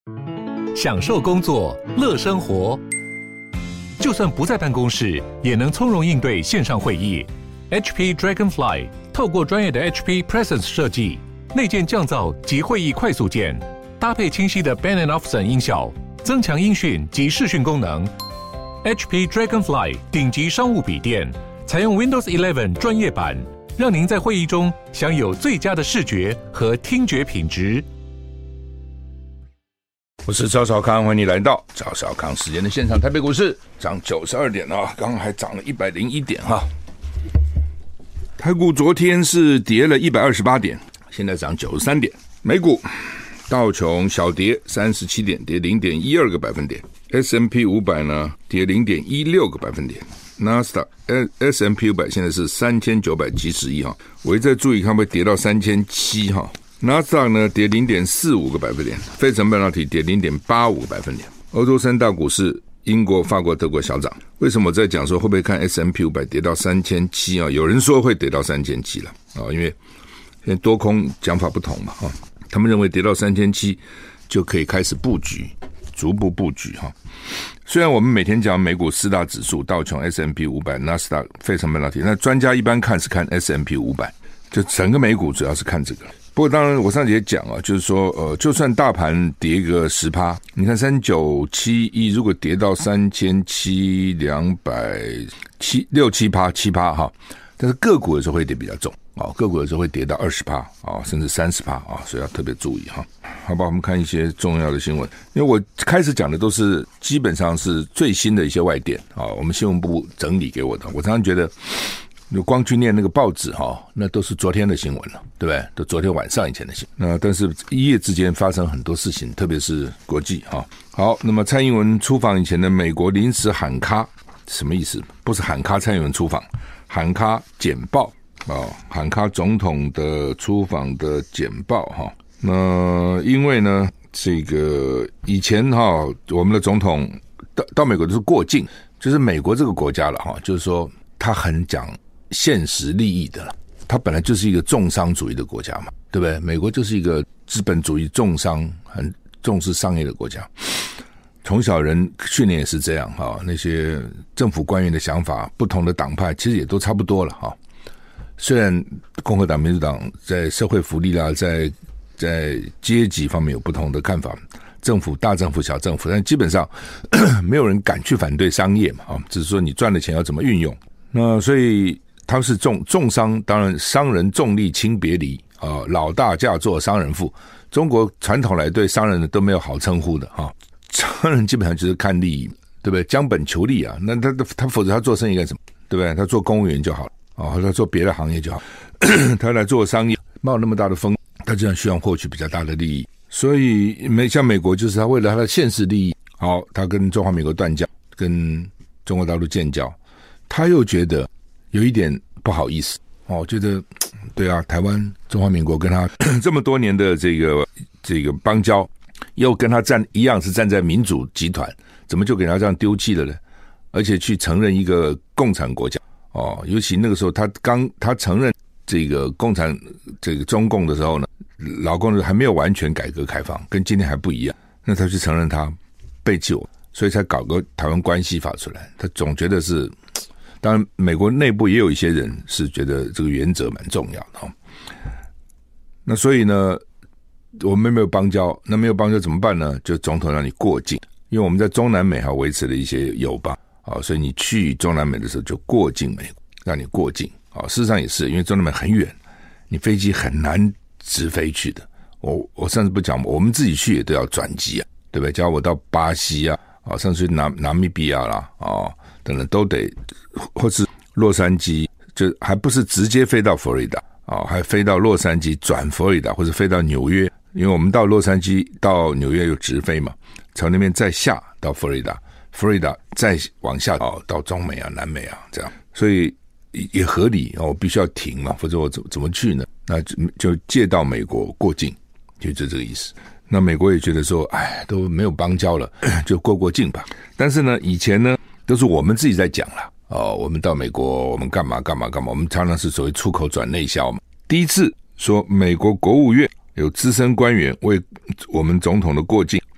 享受工作，乐生活。就算不在办公室，也能从容应对线上会议。HP Dragonfly 透过专业的 HP Presence 设计，内建降噪及会议快速键，搭配清晰的 Bang & Olufsen 音效，增强音讯及视讯功能。HP Dragonfly 顶级商务笔电，采用 Windows 11专业版，让您在会议中享有最佳的视觉和听觉品质。 我是赵少康，欢迎你来到赵少康时间的现场。台北股市涨92点啊，刚刚还涨了101点哈。台股昨天是跌了128点，现在涨93点。美股道琼小跌37点，跌 0.12 个百分点。S&P 500呢跌 0.16 个百分点。纳斯达 S&P 500现在是3970亿哈，我一直在注意看会跌到3700哈。纳斯达克呢跌 0.45 个百分点，费城半导体跌 0.85 个百分点。欧洲三大股市英国、法国、德国小涨。为什么我在讲说会不会看 S&P 500跌到3700啊？有人说会跌到3700了啊，因为现在多空讲法不同嘛啊，他们认为跌到3700就可以开始布局，逐步布局哈。虽然我们每天讲美股四大指数道琼 S&P 500、纳斯达克、费城半导体，那专家一般看是看 S&P 500，就整个美股主要是看这个。不过当然我上节也讲啊，就是说就算大盘跌个 10%， 你看3971如果跌到3700 6-7% 哈，但是个股有时候会跌比较重啊，个股有时候会跌到 20% 啊，甚至 30% 啊，所以要特别注意哈。好吧，我们看一些重要的新闻，因为我开始讲的都是基本上是最新的一些外电啊，我们新闻部整理给我的。我常常觉得就光去念那个报纸那都是昨天的新闻了，对不对？都昨天晚上以前的新闻。那但是一夜之间发生很多事情，特别是国际好，那么蔡英文出访以前的美国临时喊卡，什么意思？不是喊卡蔡英文出访，喊卡简报喊卡总统的出访的简报那因为呢，这个以前我们的总统到美国都是过境，就是美国这个国家了就是说他很讲现实利益的了，它本来就是一个重商主义的国家嘛，对不对？美国就是一个资本主义重商，很重视商业的国家。从小人训练也是这样那些政府官员的想法，不同的党派其实也都差不多了虽然共和党、民主党在社会福利啦，在阶级方面有不同的看法，政府大政府小政府，但基本上没有人敢去反对商业嘛只是说你赚的钱要怎么运用。那所以他们是重商，当然商人重利轻别离老大嫁作商人妇。中国传统来对商人都没有好称呼的商人基本上就是看利益，对不对？将本求利啊，那他否则他做生意干什么？对不对？他做公务员就好了或者他做别的行业就好他来做商业冒那么大的风，他这样需要获取比较大的利益。所以像美国就是他为了他的现实利益他跟中华民国断交，跟中国大陆建交，他又觉得有一点不好意思觉得对啊，台湾中华民国跟他这么多年的这个邦交，又跟他一样是站在民主集团，怎么就给他这样丢弃了呢？而且去承认一个共产国家尤其那个时候他承认这个共产这个中共的时候呢，老共还没有完全改革开放，跟今天还不一样，那他去承认他背弃我，所以才搞个台湾关系法出来。他总觉得是，当然美国内部也有一些人是觉得这个原则蛮重要的那所以呢，我们没有邦交，那没有邦交怎么办呢？就总统让你过境，因为我们在中南美还维持了一些友邦所以你去中南美的时候就过境美国，让你过境事实上也是，因为中南美很远，你飞机很难直飞去的。我上次不讲，我们自己去也都要转机对不对？叫我到巴西上次去纳米比亚啦等等都得，或是洛杉矶，就还不是直接飞到佛罗里达还飞到洛杉矶转佛罗里达，或者飞到纽约，因为我们到洛杉矶到纽约有直飞嘛，从那边再下到佛罗里达，佛罗里达再往下到中美南美这样，所以也合理我必须要停嘛，否则我怎么去呢？那就借到美国过境，就这个意思。那美国也觉得说都没有邦交了，就过境吧。但是呢以前呢都是我们自己在讲啦我们到美国我们干嘛，我们常常是所谓出口转内销嘛。第一次说美国国务院有资深官员为我们总统的过境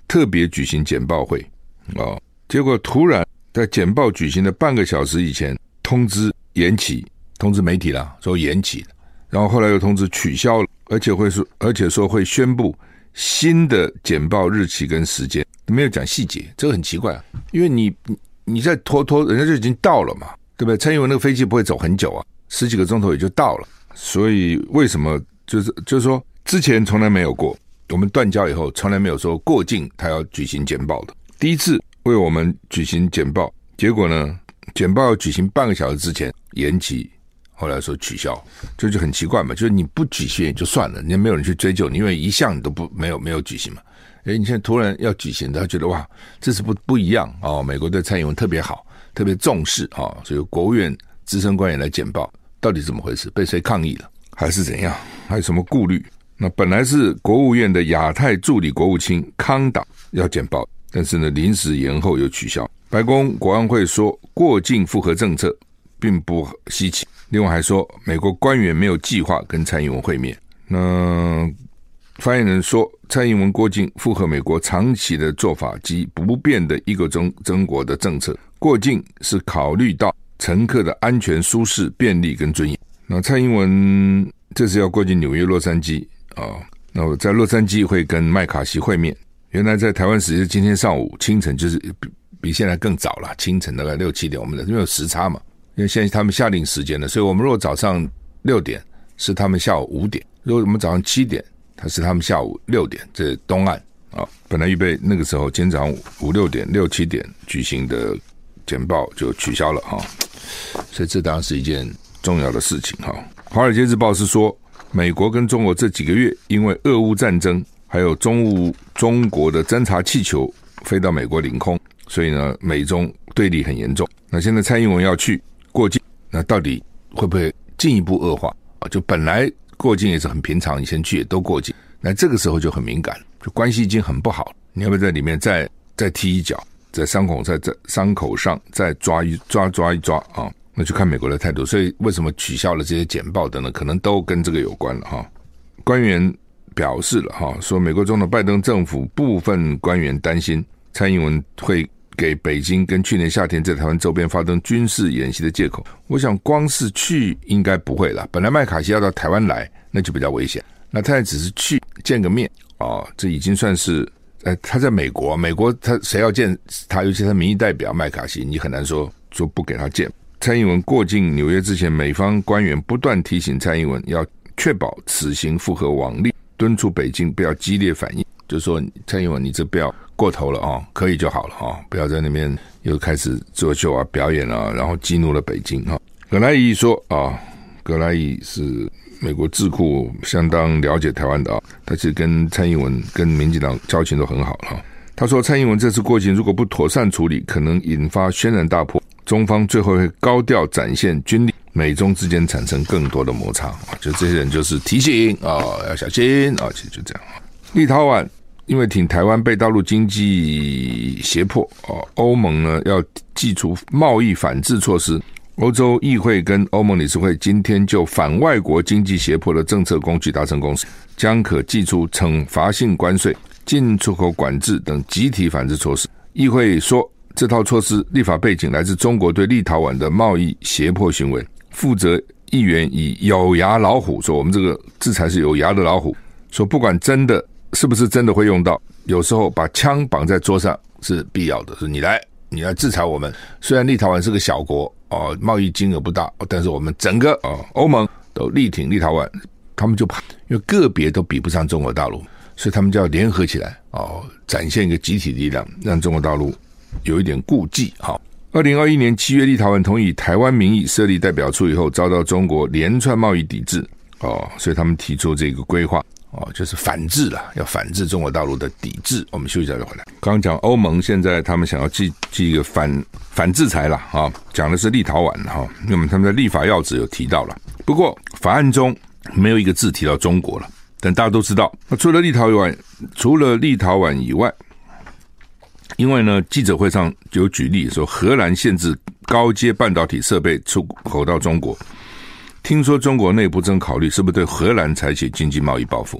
特别举行简报会结果突然在简报举行的半个小时以前通知延期，通知媒体啦说延期，然后后来又通知取消了，而且说会宣布新的简报日期跟时间，没有讲细节，这个很奇怪因为你在拖，人家就已经到了嘛，对不对？蔡英文那个飞机不会走很久10几个钟头也就到了，所以为什么就是说之前从来没有过，我们断交以后从来没有说过境他要举行简报的，第一次为我们举行简报，结果呢简报要举行半个小时之前延期，后来说取消，这就很奇怪嘛，就是你不举行也就算了，你没有人去追究你，因为一向你都没有举行嘛。你现在突然要举行，他觉得哇，这是不一样美国对蔡英文特别好，特别重视所以国务院资深官员来简报，到底怎么回事？被谁抗议了，还是怎样？还有什么顾虑？那本来是国务院的亚太助理国务卿康达要简报，但是呢临时延后又取消。白宫国安会说过境复核政策并不稀奇，另外还说美国官员没有计划跟蔡英文会面。那发言人说蔡英文过境符合美国长期的做法及不变的一个中国的政策，过境是考虑到乘客的安全、舒适、便利跟尊严。那蔡英文这次要过境纽约、洛杉矶那我在洛杉矶会跟麦卡锡会面，原来在台湾时间今天上午清晨，就是比现在更早了，清晨大概6、7点，我们因为有时差嘛，因为现在他们下令时间了，所以我们如果早上6点是他们下午5点，如果我们早上7点它是他们下午6点，这是东岸本来预备那个时候今天早上5、6点、6、7点举行的简报就取消了所以这当然是一件重要的事情华尔街日报是说美国跟中国这几个月因为俄乌战争还有中国的侦察气球飞到美国领空，所以呢美中对立很严重。那现在蔡英文要去过境，那到底会不会进一步恶化就本来过境也是很平常，以前去也都过境，那这个时候就很敏感，就关系已经很不好了，你要不要在里面再踢一脚，在伤口上再抓一抓那就看美国的态度。所以为什么取消了这些简报等等，可能都跟这个有关了官员表示了说美国总统拜登政府部分官员担心蔡英文会给北京跟去年夏天在台湾周边发生军事演习的借口。我想光是去应该不会啦，本来麦卡锡要到台湾来那就比较危险，那他只是去见个面这已经算是他在美国他谁要见他，尤其他民意代表麦卡锡，你很难说不给他见。蔡英文过境纽约之前，美方官员不断提醒蔡英文要确保此行符合往例，敦促北京不要激烈反应，就是说蔡英文你这不要过头了可以就好了不要在那边又开始作秀表演然后激怒了北京葛莱仪说葛莱仪是美国智库相当了解台湾的他其实跟蔡英文跟民进党交情都很好他说蔡英文这次过境如果不妥善处理，可能引发轩然大波，中方最后会高调展现军力，美中之间产生更多的摩擦就这些人就是提醒要小心其实就这样立陶宛因为挺台湾被大陆经济胁迫欧盟呢要祭出贸易反制措施，欧洲议会跟欧盟理事会今天就反外国经济胁迫的政策工具达成共识，将可祭出惩罚性关税、进出口管制等集体反制措施。议会说这套措施立法背景来自中国对立陶宛的贸易胁迫行为，负责议员以有牙老虎说我们这个制裁是有牙的老虎，说不管真的是不是真的会用到，有时候把枪绑在桌上是必要的，说你来制裁我们，虽然立陶宛是个小国贸易金额不大，但是我们整个欧盟都力挺立陶宛，他们就怕因为个别都比不上中国大陆，所以他们就要联合起来展现一个集体力量，让中国大陆有一点顾忌2021年7月立陶宛同意台湾名义设立代表处以后，遭到中国连串贸易抵制所以他们提出这个规划就是反制了，要反制中国大陆的抵制。我们休息一下就回来。刚刚讲欧盟现在他们想要记一个反制裁了讲的是立陶宛那么他们的立法要旨有提到了，不过法案中没有一个字提到中国了，但大家都知道除了立陶宛以外，因为呢记者会上有举例说荷兰限制高阶半导体设备出口到中国，听说中国内部正考虑是不是对荷兰采取经济贸易报复，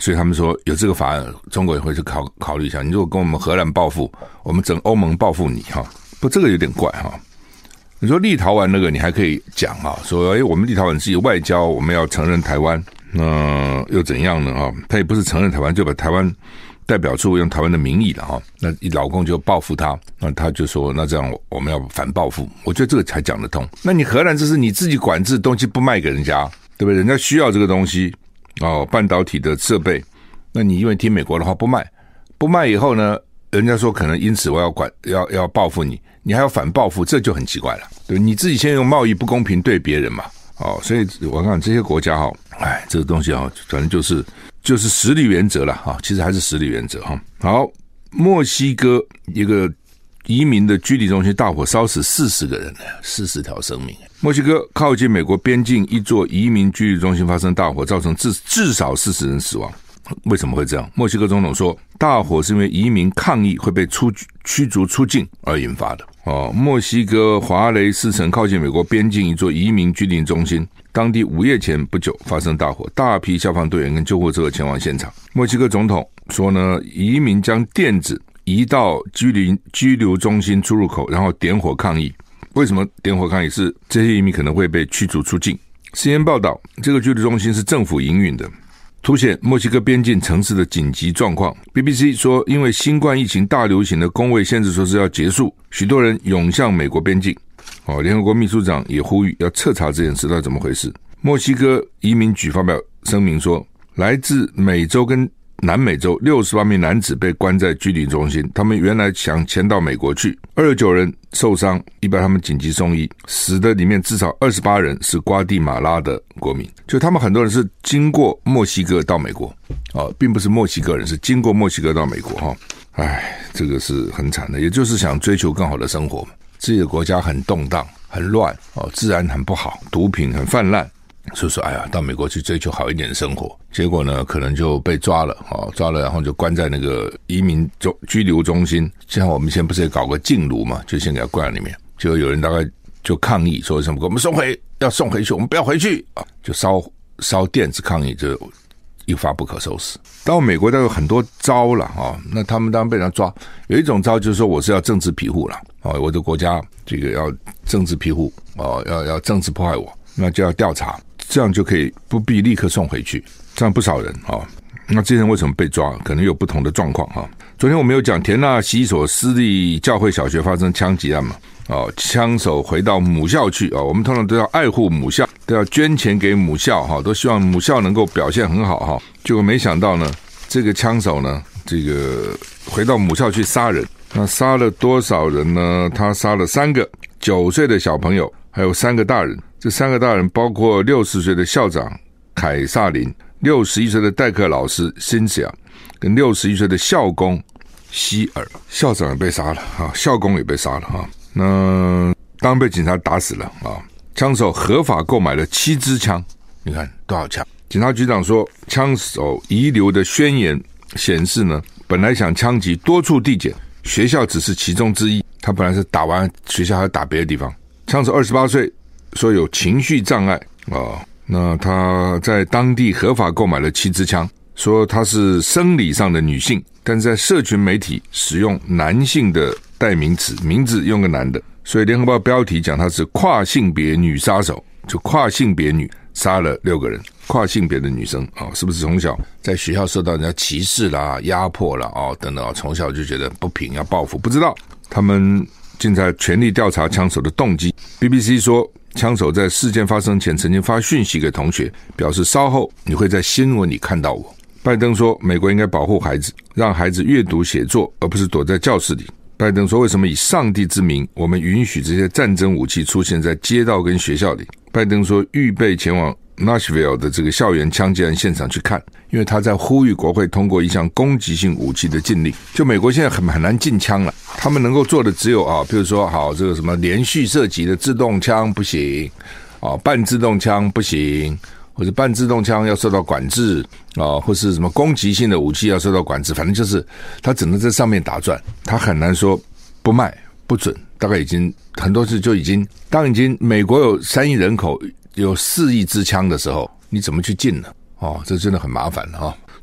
所以他们说有这个法案，中国也会去考虑一下。你如果跟我们荷兰报复，我们整欧盟报复你哈，不，这个有点怪哈。你说立陶宛那个你还可以讲啊，说我们立陶宛是以外交，我们要承认台湾，那又怎样呢啊？他也不是承认台湾，就把台湾代表处用台湾的名义了哈。那老共就报复他，那他就说那这样我们要反报复，我觉得这个才讲得通。那你荷兰这是你自己管制东西不卖给人家，对不对？人家需要这个东西半导体的设备，那你因为听美国的话不卖以后呢，人家说可能因此我要报复你，你还要反报复，这就很奇怪了。对，你自己先用贸易不公平对别人嘛，所以我看这些国家这个东西反正就是实力原则了其实还是实力原则好，墨西哥一个移民的居离中心大火烧死40个人，40条生命。墨西哥靠近美国边境一座移民居离中心发生大火，造成至少40人死亡。为什么会这样？墨西哥总统说，大火是因为移民抗议会被驱逐出境而引发的。墨西哥华雷斯城靠近美国边境一座移民居离中心，当地午夜前不久发生大火，大批消防队员跟救护车前往现场。墨西哥总统说呢，移民将垫子移到居留中心出入口，然后点火抗议。为什么点火抗议？是这些移民可能会被驱逐出境。CNN 报道，这个居留中心是政府营运的，凸显墨西哥边境城市的紧急状况。 BBC 说，因为新冠疫情大流行的公卫限制措施要结束，许多人涌向美国边境。联合国秘书长也呼吁要彻查这件事到底怎么回事。墨西哥移民局发表声明说，来自美洲跟南美洲68名男子被关在居离中心，他们原来想迁到美国去，29人受伤，已把他们紧急送医，死的里面至少28人是瓜地马拉的国民，就他们很多人是经过墨西哥到美国并不是墨西哥人，是经过墨西哥到美国这个是很惨的，也就是想追求更好的生活嘛。自己的国家很动荡很乱治安很不好，毒品很泛滥，所以说到美国去追求好一点的生活，结果呢可能就被抓了然后就关在那个移民居留中心。像我们现在不是也搞个禁炉嘛，就先给他关在里面，就有人大概就抗议说什么我们要送回去，我们不要回去就烧电子抗议，就一发不可收拾。到美国都有很多招了那他们当然被人家抓，有一种招就是说我是要政治庇护了我的国家这个要政治庇护要政治迫害我，那就要调查，这样就可以不必立刻送回去。这样不少人那这些人为什么被抓？可能有不同的状况昨天我们有讲田纳西一所私立教会小学发生枪击案嘛枪手回到母校去我们通常都要爱护母校，都要捐钱给母校都希望母校能够表现很好结果没想到呢，这个枪手呢这个回到母校去杀人。那杀了多少人呢？他杀了3个9岁的小朋友，还有3个大人。这3个大人包括60岁的校长凯撒琳，61岁的代课老师辛西亚，跟61岁的校工希尔。校长也被杀了校工也被杀了那当被警察打死了枪手合法购买了7支枪，你看多少枪？警察局长说，枪手遗留的宣言显示呢，本来想枪击多处地检，学校只是其中之一。他本来是打完学校还要打别的地方。枪手28岁，说有情绪障碍那他在当地合法购买了7支枪，说他是生理上的女性，但是在社群媒体使用男性的代名词，名字用个男的，所以联合报标题讲他是跨性别女杀手，就跨性别女杀了6个人，跨性别的女生是不是从小在学校受到人家歧视啦、压迫啦等等从小就觉得不平要报复？不知道，他们正在全力调查枪手的动机。 BBC 说，枪手在事件发生前曾经发讯息给同学，表示稍后你会在新闻里看到我。拜登说，美国应该保护孩子，让孩子阅读写作，而不是躲在教室里。拜登说，为什么以上帝之名，我们允许这些战争武器出现在街道跟学校里？拜登说，预备前往 Nashville 的这个校园枪击案现场去看，因为他在呼吁国会通过一项攻击性武器的禁令。就美国现在很难禁枪了，他们能够做的只有比如说这个什么连续射击的自动枪不行半自动枪不行，或者半自动枪要受到管制或是什么攻击性的武器要受到管制，反正就是他只能在上面打转，他很难说不卖不准。大概已经很多次就已经，当已经美国有3亿人口有4亿支枪的时候，你怎么去禁呢这真的很麻烦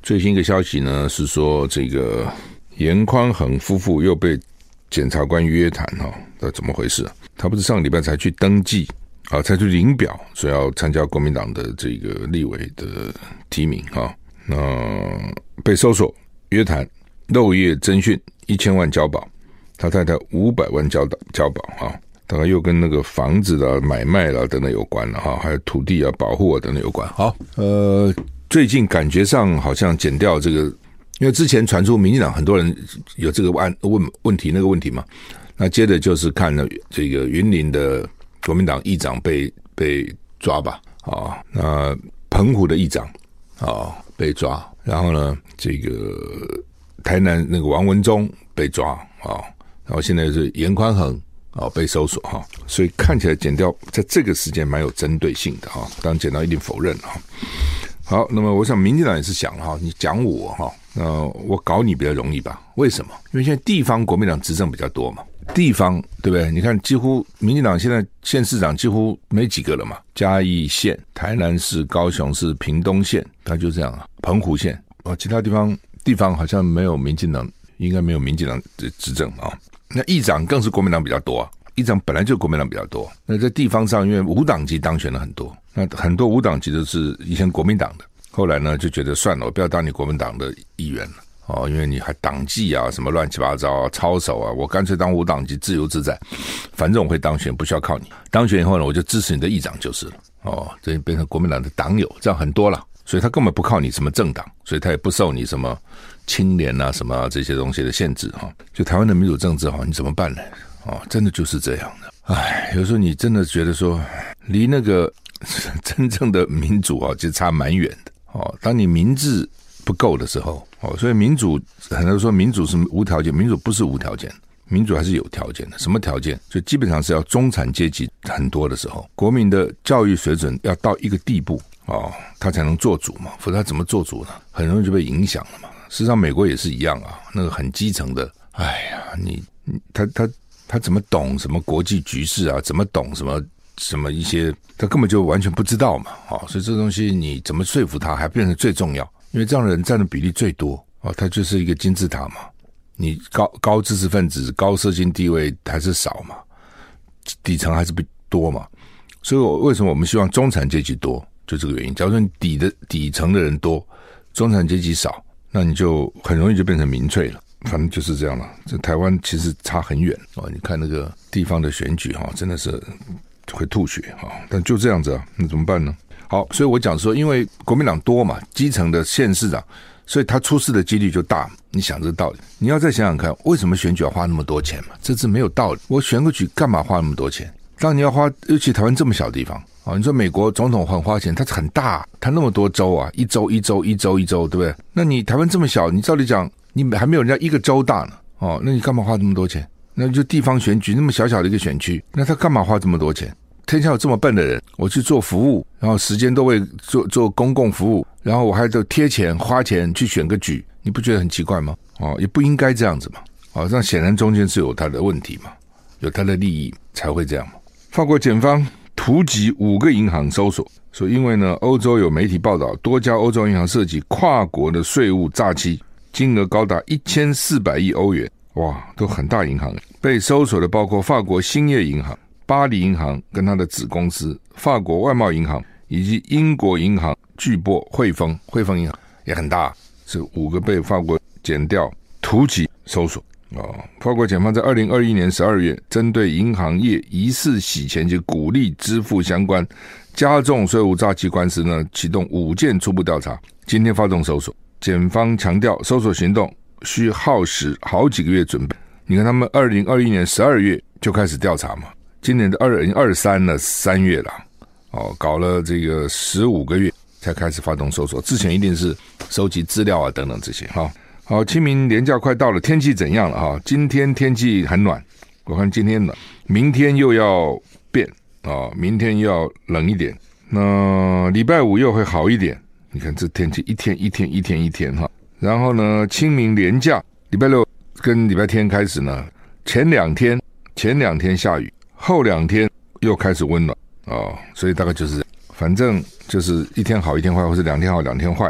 最新一个消息呢是说，这个严宽恒夫妇又被检察官约谈怎么回事啊？他不是上个礼拜才去登记才去领表，说要参加国民党的这个立委的提名那被搜索约谈，漏夜侦讯，1000万交保，他太太500万交保大概又跟那个房子啦、买卖啦等等有关了还有土地啊、保护啊等等有关。好，最近感觉上好像检调这个，因为之前传出民进党很多人有这个问题那个问题嘛，那接着就是看了这个云林的国民党议长被抓吧那澎湖的议长被抓，然后呢这个台南那个王文忠被抓然后现在是严宽恒被搜索所以看起来检调在这个时间蛮有针对性的当然检调一定否认好，那么我想民进党也是想你讲我我搞你比较容易吧？为什么？因为现在地方国民党执政比较多嘛，地方对不对？你看几乎民进党现在县市长几乎没几个了嘛，嘉义县、台南市、高雄市、屏东县，它就这样澎湖县其他地方好像没有民进党，应该没有民进党的执政那议长更是国民党比较多议长本来就国民党比较多，那在地方上因为无党籍当选了很多，那很多无党籍都是以前国民党的，后来呢就觉得算了，我不要当你国民党的议员了因为你还党纪啊什么乱七八糟操守我干脆当无党籍自由自在，反正我会当选，不需要靠你，当选以后呢我就支持你的议长就是了这变成国民党的党友，这样很多了，所以他根本不靠你什么政党，所以他也不受你什么清廉啊什么这些东西的限制就台湾的民主政治你怎么办呢真的就是这样的。有时候你真的觉得说离那个真正的民主其实差蛮远的当你民治不够的时候所以民主很多人说民主是无条件，民主不是无条件，民主还是有条件的。什么条件？就基本上是要中产阶级很多的时候，国民的教育水准要到一个地步他才能做主嘛，否则他怎么做主呢？很容易就被影响了嘛。事实上美国也是一样那个很基层的他怎么懂什么国际局势怎么懂什么一些，他根本就完全不知道嘛所以这东西你怎么说服他还变成最重要，因为这样的人占的比例最多他就是一个金字塔嘛，你高知识分子高社经地位还是少嘛，底层还是不多嘛，所以为什么我们希望中产阶级多，就这个原因。假如说你底层的人多，中产阶级少，那你就很容易就变成民粹了，反正就是这样了。这台湾其实差很远你看那个地方的选举真的是会吐血但就这样子那怎么办呢？好，所以我讲说因为国民党多嘛，基层的县市长，所以他出事的几率就大。你想这个道理，你要再想想看，为什么选举要花那么多钱嘛？这是没有道理。我选个举干嘛花那么多钱？当你要花，尤其台湾这么小的地方你说美国总统很花钱，他很大，他那么多州一州，对不对？那你台湾这么小，你照理讲你还没有人家一个州大呢那你干嘛花这么多钱？那就地方选举那么小小的一个选区，那他干嘛花这么多钱？天下有这么笨的人，我去做服务，然后时间都为做公共服务，然后我还得贴钱花钱去选个举，你不觉得很奇怪吗？也不应该这样子嘛。这样显然中间是有他的问题嘛，有他的利益才会这样嘛。法国检方突击5个银行搜索，说因为呢，欧洲有媒体报道，多家欧洲银行涉及跨国的税务诈欺，金额高达1400亿欧元，哇，都很大银行。被搜索的包括法国兴业银行、巴黎银行跟它的子公司法国外贸银行，以及英国银行巨擘汇丰银行也很大，是5个被法国检调突击搜索。法国检方在2021年12月针对银行业疑似洗钱及鼓励支付相关加重税务诈欺官司呢，启动5件初步调查，今天发动搜索。检方强调搜索行动需耗时好几个月准备。你看他们2021年12月就开始调查嘛，今年的2023了3月了搞了这个15个月才开始发动搜索，之前一定是收集资料等等这些好，清明连假快到了，天气怎样了今天天气很暖，我看今天暖，明天又要变明天又要冷一点，那礼拜5又会好一点。你看这天气一天然后呢，清明连假礼拜6跟礼拜天开始呢，前两天下雨，后2天又开始温暖所以大概就是反正就是一天好一天坏，或是2天好2天坏了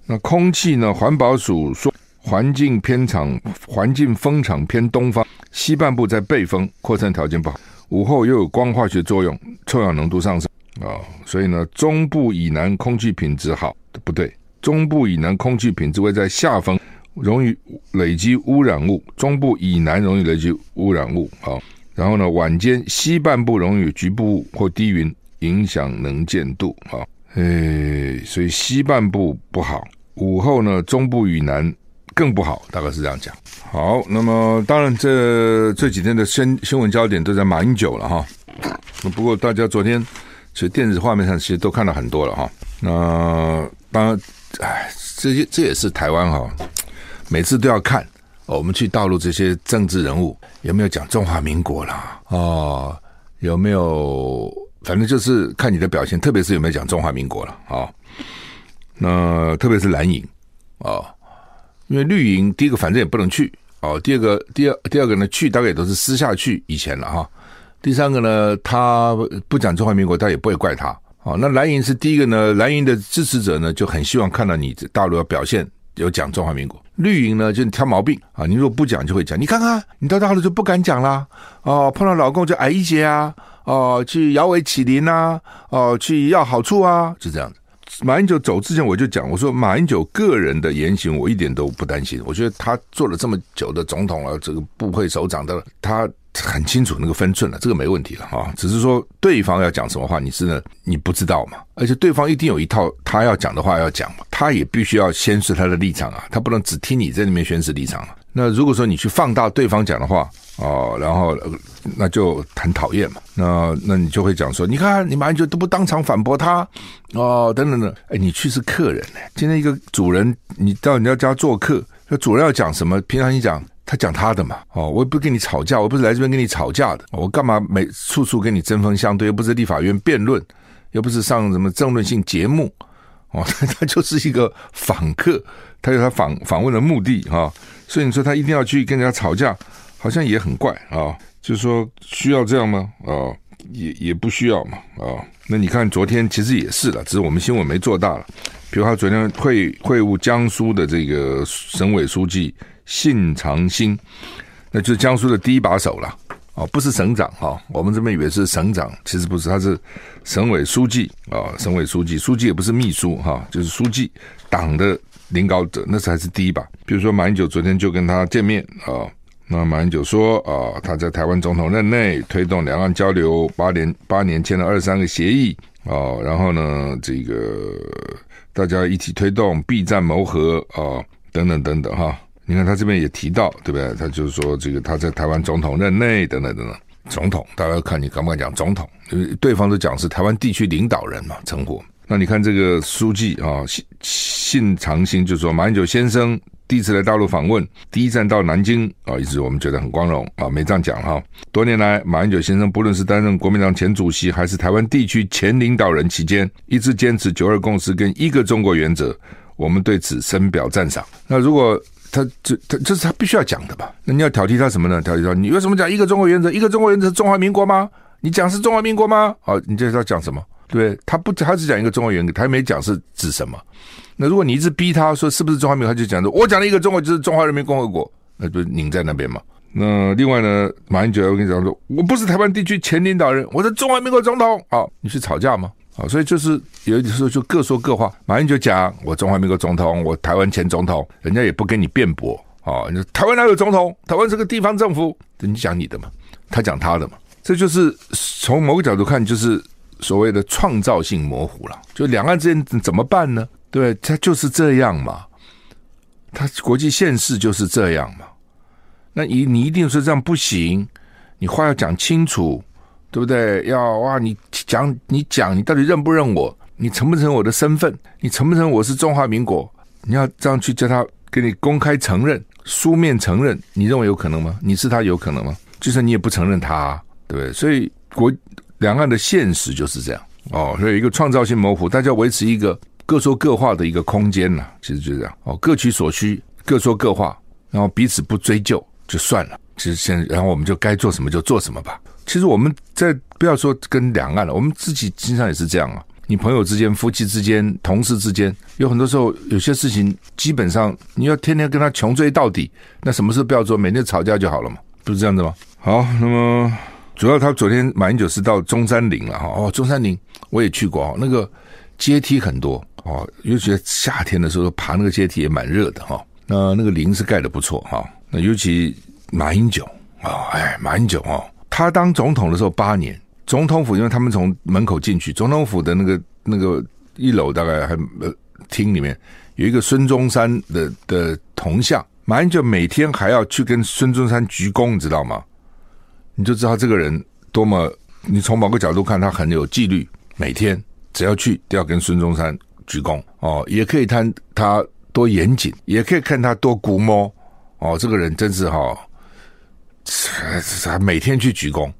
那空气呢？环保署说，环境风场偏东方，西半部在背风，扩散条件不好。午后又有光化学作用，臭氧浓度上升所以呢，中部以南空气品质好，不对，中部以南空气品质会在下风，容易累积污染物，中部以南容易累积污染物然后呢，晚间西半部容易有局部雾或低云，影响能见度所以西半部不好，午后呢，中部以南更不好，大概是这样讲。好，那么当然这几天的新闻焦点都在马英九了哈。不过大家昨天其实电子画面上其实都看到很多了哈。那当然，这也是台湾每次都要看我们去大陆这些政治人物有没有讲中华民国啦有没有，反正就是看你的表现，特别是有没有讲中华民国了那特别是蓝营因为绿营第一个反正也不能去第二个呢，去大概也都是私下去以前了第三个呢，他不讲中华民国，他也不会怪他那蓝营是第一个呢，蓝营的支持者呢就很希望看到你大陆的表现有讲中华民国，绿营呢就挑毛病你如果不讲就会讲，你看看你到大陆就不敢讲啦碰到老共就矮一截去摇尾乞怜去要好处就这样子。马英九走之前我就讲，我说马英九个人的言行我一点都不担心，我觉得他做了这么久的总统了，这个部会首长的，他很清楚那个分寸了，这个没问题了只是说对方要讲什么话你不知道嘛，而且对方一定有一套他要讲的话要讲嘛，他也必须要宣示他的立场他不能只听你在那边宣示立场那如果说你去放大对方讲的话然后那就很讨厌嘛，那你就会讲说，你看你马英九都不当场反驳他等等的，你去是客人今天一个主人你到人家家做客，那主人要讲什么，平常你讲他讲他的嘛我也不跟你吵架，我不是来这边跟你吵架的，我干嘛处处跟你针锋相对，又不是立法院辩论，又不是上什么政论性节目他就是一个访客，他有他访问的目的所以你说他一定要去跟人家吵架，好像也很怪就是说需要这样吗也不需要嘛那你看昨天其实也是了，只是我们新闻没做大了。比如他昨天会晤江苏的这个省委书记信长兴，那就是江苏的第一把手了不是省长我们这边以为是省长，其实不是，他是省委书记省委书记也不是秘书就是书记，党的领导者，那才是第一把。比如说马英九昨天就跟他见面那马英九说他在台湾总统任内推动两岸交流8年签了23个协议然后呢这个大家一起推动避战谋和等等等等你看他这边也提到，对不对？他就是说这个他在台湾总统任内等等等等，总统大家看你敢不敢讲总统，因为对方都讲是台湾地区领导人嘛，称呼。那你看这个书记信长兴就说，马英九先生第一次来大陆访问，第一站到南京一直我们觉得很光荣没这样讲多年来，马英九先生不论是担任国民党前主席，还是台湾地区前领导人期间，一直坚持9·2共识跟一个中国原则，我们对此深表赞赏。那如果这是他必须要讲的吧？那你要挑剔他什么呢？挑剔他你为什么讲一个中国原则？一个中国原则是中华民国吗？你讲是中华民国吗？你这是要讲什么？对，他只讲一个中国原则，他没讲是指什么。那如果你一直逼他说是不是中华民国，他就讲说我讲的一个中国就是中华人民共和国，那就拧在那边嘛。那另外呢，马英九我跟你讲说，我不是台湾地区前领导人，我是中华民国总统。你去吵架吗？所以就是有的时候就各说各话。马英九讲我中华民国总统，我台湾前总统，人家也不跟你辩驳你说台湾哪有总统？台湾是个地方政府，你讲你的嘛，他讲他的嘛。这就是从某个角度看，就是所谓的创造性模糊了。就两岸之间怎么办呢？对，他就是这样嘛，他国际现实就是这样嘛。那你一定是这样不行，你话要讲清楚。对不对？你讲你到底认不认我？你承不承认我的身份？你承不承认我是中华民国？你要这样去叫他给你公开承认、书面承认，你认为有可能吗？你是他有可能吗？就算你也不承认他对不对？所以两岸的现实就是这样所以一个创造性模糊，大家维持一个各说各话的一个空间其实就是这样各取所需，各说各话，然后彼此不追究就算了。其实现在，然后我们就该做什么就做什么吧。其实我们不要说跟两岸了，我们自己经常也是这样你朋友之间、夫妻之间、同事之间，有很多时候有些事情基本上你要天天跟他穷追到底，那什么事不要做，每天吵架就好了嘛，不是这样子吗？好，那么主要他昨天马英九是到中山陵了哈，中山陵我也去过，那个阶梯很多哦，尤其在夏天的时候爬那个阶梯也蛮热的哈。那个陵是盖得不错哈，那尤其马英九马英九他当总统的时候8年，总统府因为他们从门口进去，总统府的那个1楼大概还厅里面有一个孙中山的铜像，马英九每天还要去跟孙中山鞠躬，你知道吗？你就知道这个人多么，你从某个角度看他很有纪律，每天只要去都要跟孙中山鞠躬也可以看他多严谨，也可以看他多古摸这个人真是每天去鞠躬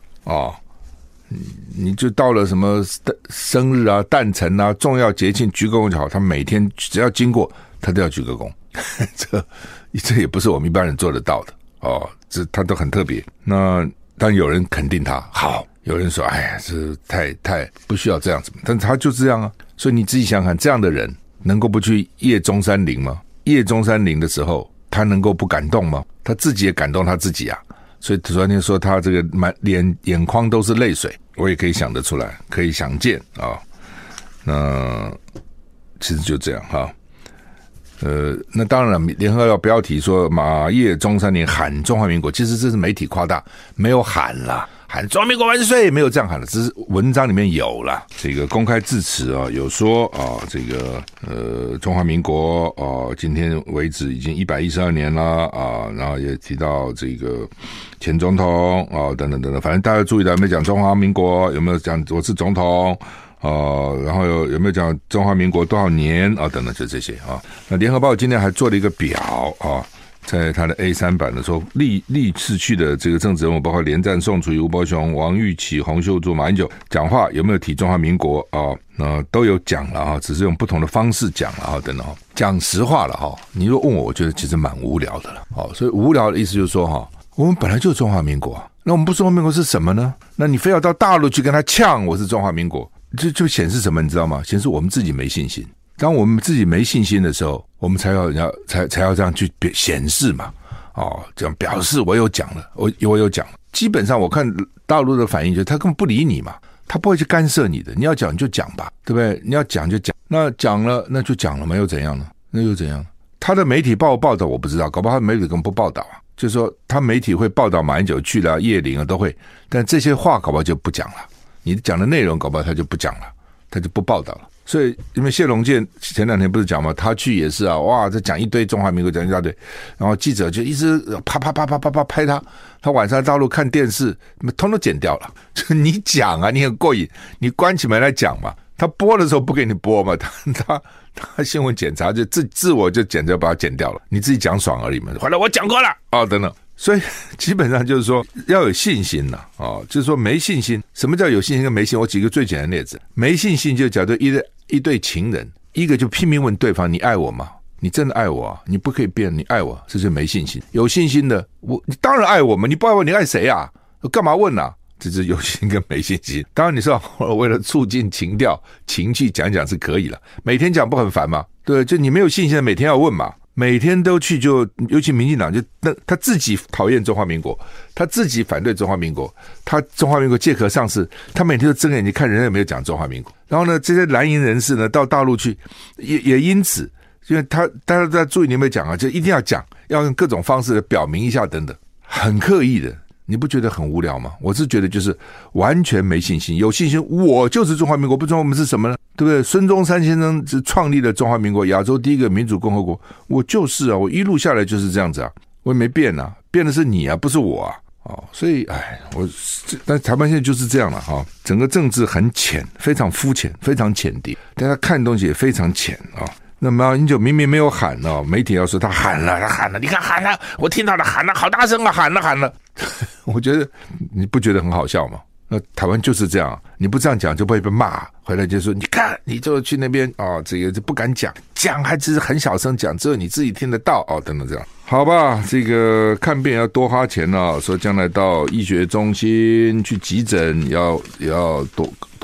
你就到了什么生日啊、诞辰啊、重要节庆鞠躬就好，他每天只要经过他都要鞠个躬这也不是我们一般人做得到的这他都很特别。那当然有人肯定他好，有人说哎呀这太不需要这样子，但他就这样啊。所以你自己想想看，这样的人能够不去谒中山陵吗？谒中山陵的时候他能够不感动吗？他自己也感动他自己啊。所以昨天说他这个眼眶都是泪水，我也可以想得出来，可以想见那其实就这样那当然联合报标题说马谒中山陵喊中华民国，其实这是媒体夸大，没有喊啦，喊中华民国万岁，没有这样喊的，只是文章里面有啦。这个公开致辞有说这个中华民国今天为止已经112年了然后也提到这个前总统等等等等，反正大家注意到有没有讲中华民国，有没有讲我是总统然后有没有讲中华民国多少年等等，就这些那联合报今天还做了一个表在他的 A3 版的说历次去的这个政治人物，包括连战、宋楚瑜、吴伯雄、王玉琦、洪秀柱、马英九，讲话有没有提中华民国都有讲了只是用不同的方式讲了等等讲实话了你如果问我觉得其实蛮无聊的了所以无聊的意思就是说我们本来就是中华民国那我们不是中华民国是什么呢？那你非要到大陆去跟他呛我是中华民国，就显示什么你知道吗？显示我们自己没信心。当我们自己没信心的时候，我们才要这样去显示嘛这样表示我有讲了，我有讲了。基本上我看大陆的反应就是他根本不理你嘛，他不会去干涉你的，你要讲你就讲吧，对不对？你要讲就讲，那讲了那就讲了嘛，又怎样呢？那又怎样？他的媒体报道我不知道，搞不好他媒体根本不报道就是说他媒体会报道马英九去了叶陵都会，但这些话搞不好就不讲了，你讲的内容搞不好他就不讲了，他就不报道了。所以因为谢龙介前2天不是讲嘛，他去也是哇这讲一堆中华民国，讲一大堆，然后记者就一直啪啪啪啪啪啪拍他晚上在大陆看电视通通剪掉了。就你讲你很过瘾，你关起门来讲嘛，他播的时候不给你播嘛，他新闻检查就自我就剪着把它剪掉了，你自己讲爽而已嘛，后来我讲过了等等。所以基本上就是说要有信心了就是说没信心，什么叫有信心跟没信心？我举一个最简单的例子，没信心就假如一对情人，一个就拼命问对方你爱我吗？你真的爱我你不可以变，你爱我，这是没信心。有信心的你当然爱我嘛，你不爱我你爱谁干嘛问这是有信心跟没信心。当然你说为了促进情调情趣讲是可以了，每天讲不很烦吗？对，就你没有信心的每天要问嘛，每天都去就尤其民进党就他自己讨厌中华民国，他自己反对中华民国，他中华民国借壳上市，他每天都睁眼睛看人家有没有讲中华民国。然后呢这些蓝营人士呢到大陆去也因此，因为大家在注意你有没有讲就一定要讲，要用各种方式表明一下等等，很刻意的，你不觉得很无聊吗？我是觉得就是完全没信心。有信心我就是中华民国，不知道我们是什么呢？对不对？孙中山先生是创立了中华民国，亚洲第一个民主共和国，我就是我一路下来就是这样子我也没变变的是你不是我所以但台湾现在就是这样了整个政治很浅，非常肤浅，非常浅碟，大家看东西也非常浅那么英九明明没有喊媒体要说他喊了，你看喊了，我听到了喊了，好大声喊了我觉得你不觉得很好笑吗？那台湾就是这样，你不这样讲就不会被骂，回来就说你看你就去那边这个就不敢讲还只是很小声讲，只有你自己听得到等等这样。好吧，这个看病要多花钱说将来到医学中心去急诊也要多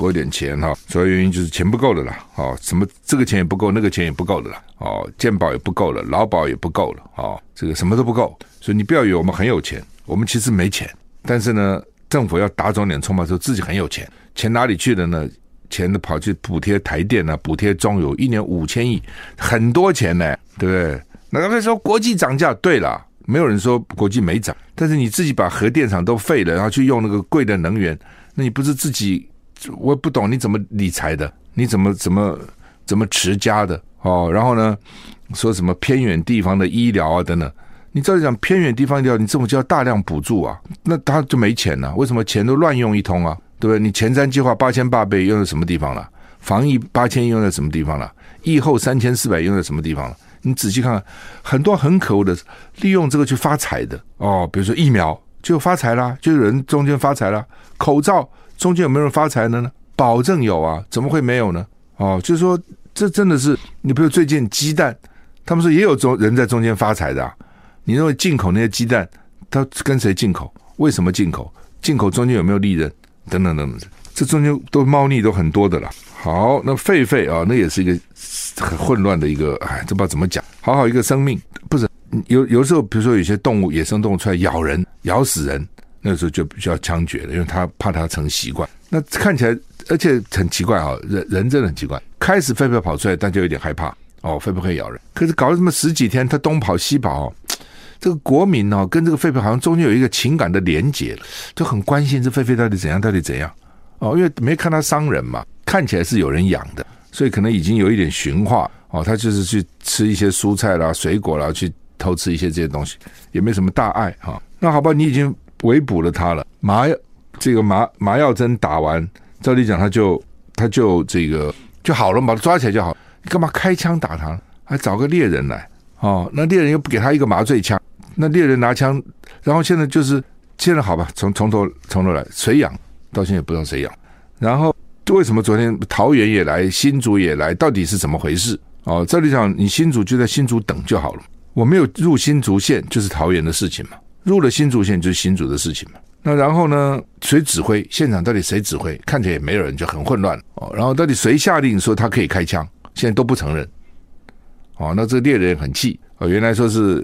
拨一点钱哈，主要原因就是钱不够了啦，哦，什么这个钱也不够，那个钱也不够了啦，哦，健保也不够了，劳保也不够了，哦，这个什么都不够，所以你不要以为我们很有钱，我们其实没钱，但是呢，政府要打肿脸充胖说自己很有钱，钱哪里去了呢？钱都跑去补贴台电啊，补贴中油，1年5000亿，很多钱呢，对不对？那会说国际涨价，对啦，没有人说国际没涨，但是你自己把核电厂都废了，然后去用那个贵的能源，那你不是自己，我也不懂你怎么理财的，你怎么持家的哦？然后呢，说什么偏远地方的医疗啊等等，你照理讲偏远地方医疗，你政府就要大量补助啊，那他就没钱了，为什么钱都乱用一通啊？对不对？你前瞻计划8800倍用在什么地方了？防疫8000用在什么地方了？疫后3400用在什么地方了？你仔细看看，很多很可恶的利用这个去发财的哦，比如说疫苗就发财啦，就有人中间发财啦，口罩中间有没有人发财的呢？保证有啊，怎么会没有呢？哦，就是说这真的是，你比如最近鸡蛋，他们说也有人在中间发财的啊。你认为进口那些鸡蛋，他跟谁进口？为什么进口？进口中间有没有利润？等等等等，这中间都猫腻都很多的了。好，那狒狒啊，那也是一个很混乱的一个，哎，这不知道怎么讲。好一个生命，不是有时候，比如说有些动物，野生动物出来咬人，咬死人，那时候就比较枪决了，因为他怕它成习惯。那看起来，而且很奇怪啊，人真的很奇怪。开始狒狒跑出来，大家有点害怕哦，狒狒会咬人。可是搞了这么10几天，它东跑西跑哦。这个国民哦，跟这个狒狒好像中间有一个情感的连结了，就很关心这狒狒到底怎样哦，因为没看它伤人嘛，看起来是有人养的，所以可能已经有一点驯化哦，它就是去吃一些蔬菜啦、水果啦，去偷吃一些这些东西，也没什么大碍哈、哦。那好吧，你已经围捕了它了，麻药针打完，照理讲它就这个就好了嘛，把它抓起来就好，你干嘛开枪打它？还找个猎人来哦，那猎人又不给他一个麻醉枪。那猎人拿枪，然后现在好吧，从头来，谁养？到现在也不知道谁养。然后为什么昨天桃园也来，新竹也来，到底是怎么回事？哦，照理讲你新竹就在新竹等就好了，我没有入新竹县就是桃园的事情嘛，入了新竹县就是新竹的事情嘛。那然后呢，谁指挥？现场到底谁指挥？看起来也没有人，就很混乱哦。然后到底谁下令说他可以开枪？现在都不承认。哦，那这个猎人很气哦，原来说是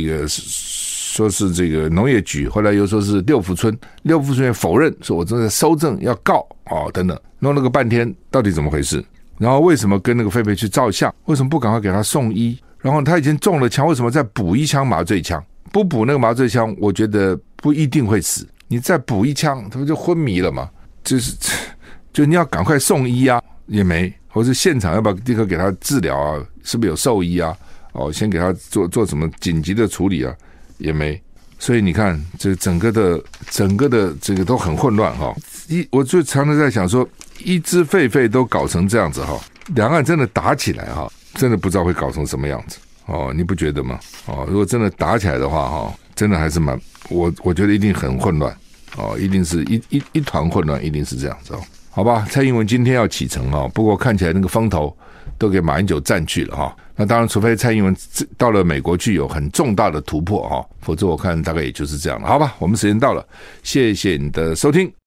这个农业局，后来又说是六福村也否认，说我正在搜证要告哦等等，弄了个半天，到底怎么回事？然后为什么跟那个狒狒去照相？为什么不赶快给他送医？然后他已经中了枪，为什么再补一枪麻醉枪？不补那个麻醉枪，我觉得不一定会死。你再补一枪，他不就昏迷了吗？就你要赶快送医啊，也没，或是现场要不要立刻给他治疗啊？是不是有兽医啊？哦，先给他做什么紧急的处理啊？也没。所以你看，这整个的这个都很混乱哈。我就常常在想说，一只狒狒都搞成这样子哈，两岸真的打起来哈，真的不知道会搞成什么样子哦，你不觉得吗？哦，如果真的打起来的话哈，真的还是我觉得一定很混乱哦，一定是一团混乱，一定是这样子哦。好吧，蔡英文今天要启程哦，不过看起来那个风头都给马英九占据了哈。那当然，除非蔡英文到了美国去有很重大的突破哈，否则我看大概也就是这样了。好吧，我们时间到了，谢谢你的收听。